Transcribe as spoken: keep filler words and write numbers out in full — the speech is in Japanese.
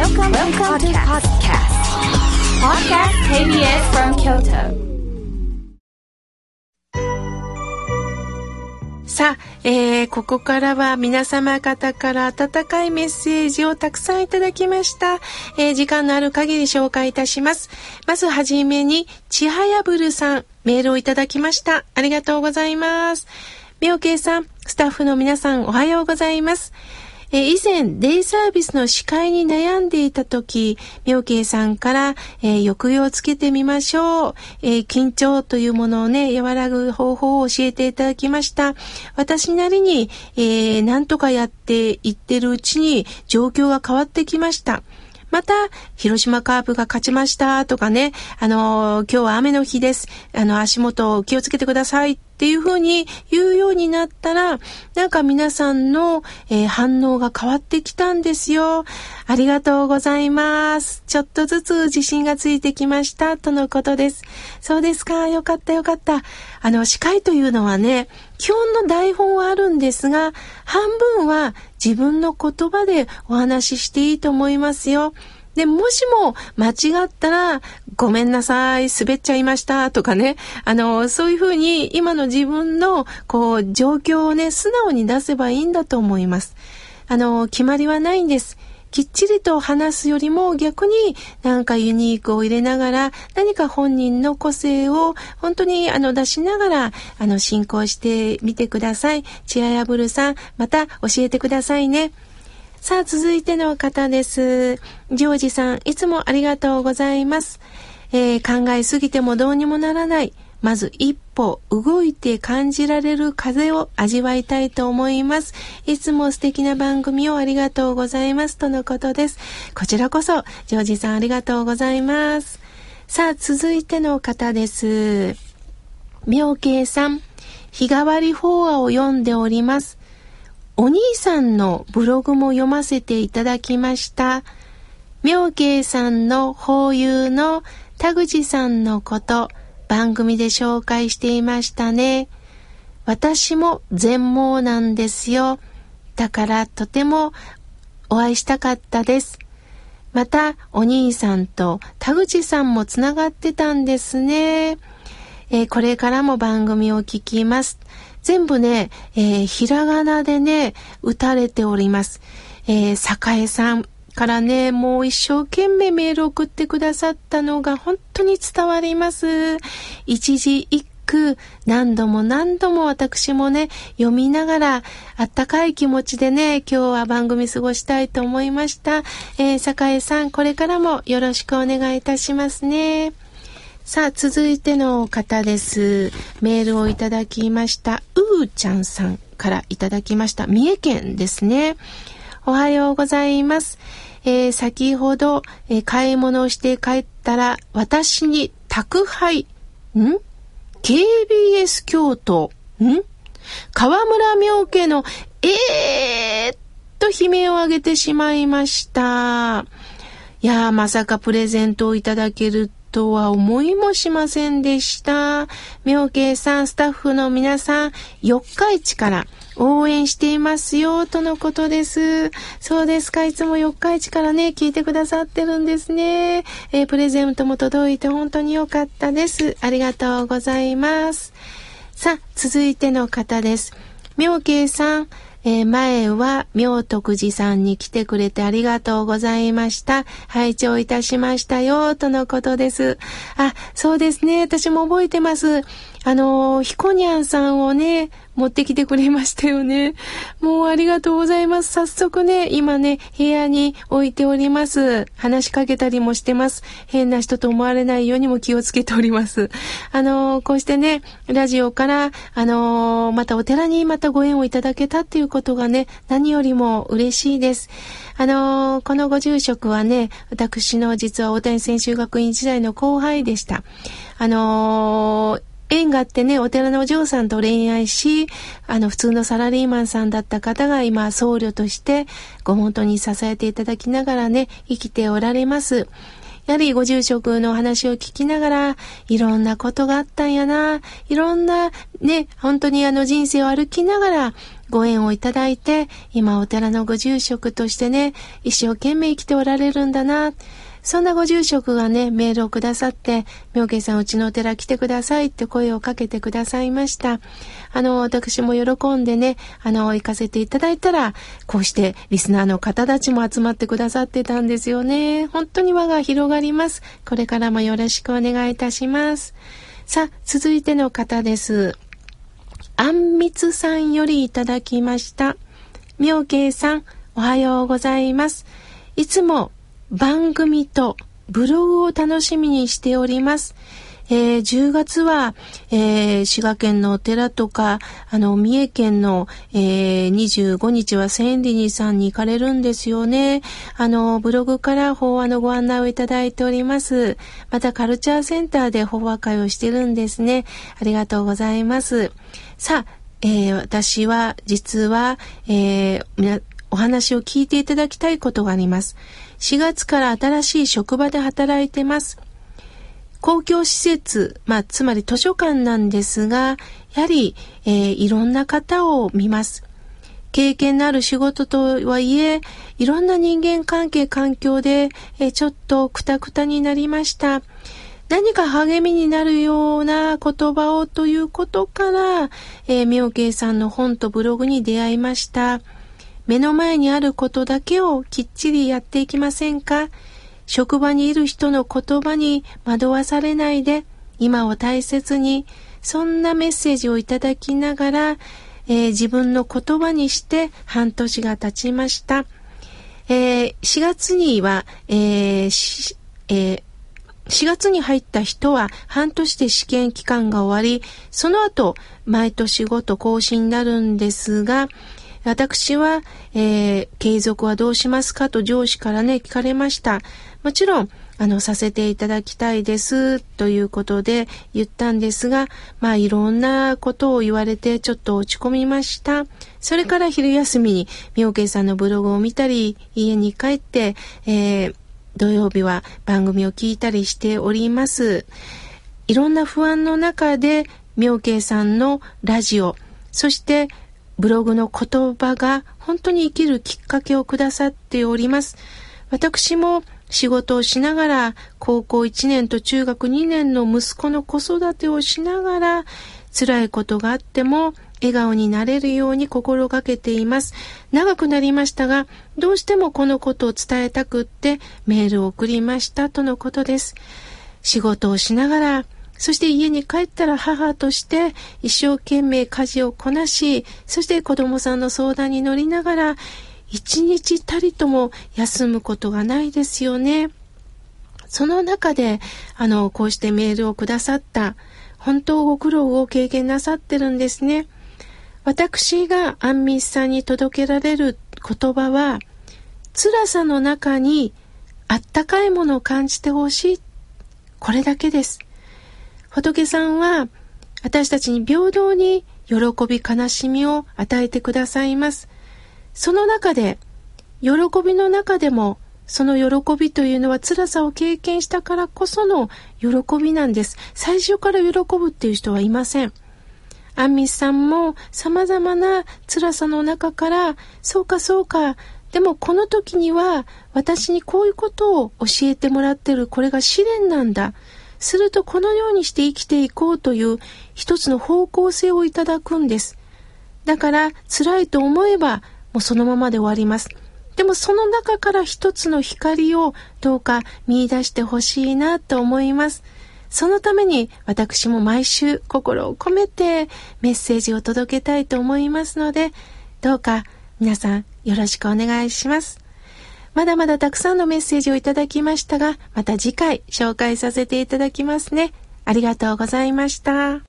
Welcome, Welcome to podcast. Podcast ケービーエス from Kyoto. さあ、えー、ここからは皆様方から温かいメッセージをたくさんいただきました。えー、時間のある限り紹介いたします。まずはじめに、ちはやぶるさん、メールをいただきました。ありがとうございます。みょうけいさん、スタッフの皆さん、おはようございます。えー、以前デイサービスの司会に悩んでいた時、みょうけいさんから、えー、抑揚をつけてみましょう、えー、緊張というものをね和らぐ方法を教えていただきました。私なりに、えー、何とかやっていってるうちに状況が変わってきました。また、広島カープが勝ちましたとかね、あのー、今日は雨の日です。あの、足元気をつけてくださいっていうふうに言うようになったら、なんか皆さんの、えー、反応が変わってきたんですよ。ありがとうございます。ちょっとずつ自信がついてきましたとのことです。そうですか。よかったよかった。あの、司会というのはね、基本の台本はあるんですが、半分は自分の言葉でお話ししていいと思いますよ。で、もしも間違ったら、ごめんなさい、滑っちゃいましたとかね。あの、そういうふうに今の自分のこう状況をね、素直に出せばいいんだと思います。あの、決まりはないんです。きっちりと話すよりも逆になんかユニークを入れながら何か本人の個性を本当にあの出しながらあの進行してみてください。ちややぶるさん、また教えてくださいね。さあ続いての方です。ジョージさん、いつもありがとうございます。えー、考えすぎてもどうにもならない。まず一歩動いて感じられる風を味わいたいと思います。いつも素敵な番組をありがとうございますとのことです。こちらこそジョージさんありがとうございます。さあ続いての方です。みょうけいさん、日替わり法話を読んでおります。お兄さんのブログも読ませていただきました。みょうけいさんの法友の田口さんのこと番組で紹介していましたね。私も全盲なんですよ。だからとてもお会いしたかったです。またお兄さんと田口さんもつながってたんですね。えー、これからも番組を聞きます。全部ね、えー、ひらがなでね打たれております。えー、栄さんからね、もう一生懸命メール送ってくださったのが本当に伝わります。一字一句何度も何度も私もね読みながらあったかい気持ちでね今日は番組過ごしたいと思いました。えー、栄さん、これからもよろしくお願いいたしますね。さあ続いての方です。メールをいただきましたうーちゃんさんからいただきました。三重県ですね。おはようございます。えー、先ほど、えー、買い物をして帰ったら私に宅配ん ケービーエス 京都ん河村明家のえーっと悲鳴を上げてしまいました。いやー、まさかプレゼントをいただけるとは思いもしませんでした。明慶さん、スタッフの皆さん、四日市から応援していますよとのことです。そうですか、いつも四日市からね聞いてくださってるんですね。えー、プレゼントも届いて本当に良かったです。ありがとうございます。さあ続いての方です。明慶さん、えー、前は明徳寺さんに来てくれてありがとうございました。拝聴いたしましたよとのことです。あ、そうですね、私も覚えてます。あのひこにゃんさんをね持ってきてくれましたよね。もうありがとうございます。早速ね今ね部屋に置いております。話しかけたりもしてます。変な人と思われないようにも気をつけております。あのこうしてねラジオからあのまたお寺にまたご縁をいただけたっていうことがね何よりも嬉しいです。あのこのご住職はね私の実は大谷専修学院時代の後輩でした。あの縁があってねお寺のお嬢さんと恋愛し、あの普通のサラリーマンさんだった方が今僧侶としてご門徒に支えていただきながらね生きておられます。 やはりご住職のお話を聞きながら、いろんなことがあったんやな、いろんなね、本当にあの人生を歩きながらご縁をいただいて、今お寺のご住職としてね、一生懸命生きておられるんだな、そんなご住職がね、メールをくださって、妙慶さんうちのお寺来てくださいって声をかけてくださいました。あの、私も喜んでね、あの、行かせていただいたら、こうしてリスナーの方たちも集まってくださってたんですよね。本当に輪が広がります。これからもよろしくお願いいたします。さあ、続いての方です。あんみつさんよりいただきました。妙慶さん、おはようございます。いつも番組とブログを楽しみにしております。えー、じゅうがつは、えー、滋賀県のお寺とか、あの、三重県の、えー、にじゅうごにちは千里さんに行かれるんですよね。あの、ブログから法話のご案内をいただいております。また、カルチャーセンターで法話会をしてるんですね。ありがとうございます。さあ、えー、私は、実は、えー、お話を聞いていただきたいことがあります。しがつから新しい職場で働いてます。公共施設、まあ、つまり図書館なんですが、やはり、えー、いろんな方を見ます。経験のある仕事とはいえ、いろんな人間関係、環境で、えー、ちょっとクタクタになりました。何か励みになるような言葉をということから、えー、妙慶さんの本とブログに出会いました。目の前にあることだけをきっちりやっていきませんか？職場にいる人の言葉に惑わされないで、今を大切に、そんなメッセージをいただきながら、えー、自分の言葉にして半年が経ちました。えー、しがつには、えーしえー、しがつに入った人は半年で試験期間が終わり、その後、毎年ごと更新になるんですが、私は、えー、継続はどうしますかと上司からね、聞かれました。もちろん、あの、させていただきたいです、ということで言ったんですが、まあ、いろんなことを言われてちょっと落ち込みました。それから昼休みに、妙慶さんのブログを見たり、家に帰って、えー、土曜日は番組を聞いたりしております。いろんな不安の中で、妙慶さんのラジオ、そして、ブログの言葉が本当に生きるきっかけをくださっております。私も仕事をしながら、高校いちねんと中学にねんの息子の子育てをしながら、辛いことがあっても笑顔になれるように心がけています。長くなりましたが、どうしてもこのことを伝えたくってメールを送りましたとのことです。仕事をしながら、そして家に帰ったら母として一生懸命家事をこなし、そして子供さんの相談に乗りながら、一日たりとも休むことがないですよね。その中で、あの、こうしてメールをくださった、本当ご苦労を経験なさってるんですね。私があんみつさんに届けられる言葉は、辛さの中にあったかいものを感じてほしい。これだけです。仏さんは私たちに平等に喜び悲しみを与えてくださいます。その中で、喜びの中でもその喜びというのは辛さを経験したからこその喜びなんです。最初から喜ぶっていう人はいません。あんみつさんも様々な辛さの中から、そうかそうか、でもこの時には私にこういうことを教えてもらってる、これが試練なんだ。するとこのようにして生きていこうという一つの方向性をいただくんです。だから辛いと思えばもうそのままで終わります。でもその中から一つの光をどうか見出してほしいなと思います。そのために私も毎週心を込めてメッセージを届けたいと思いますので、どうか皆さんよろしくお願いします。まだまだたくさんのメッセージをいただきましたが、また次回紹介させていただきますね。ありがとうございました。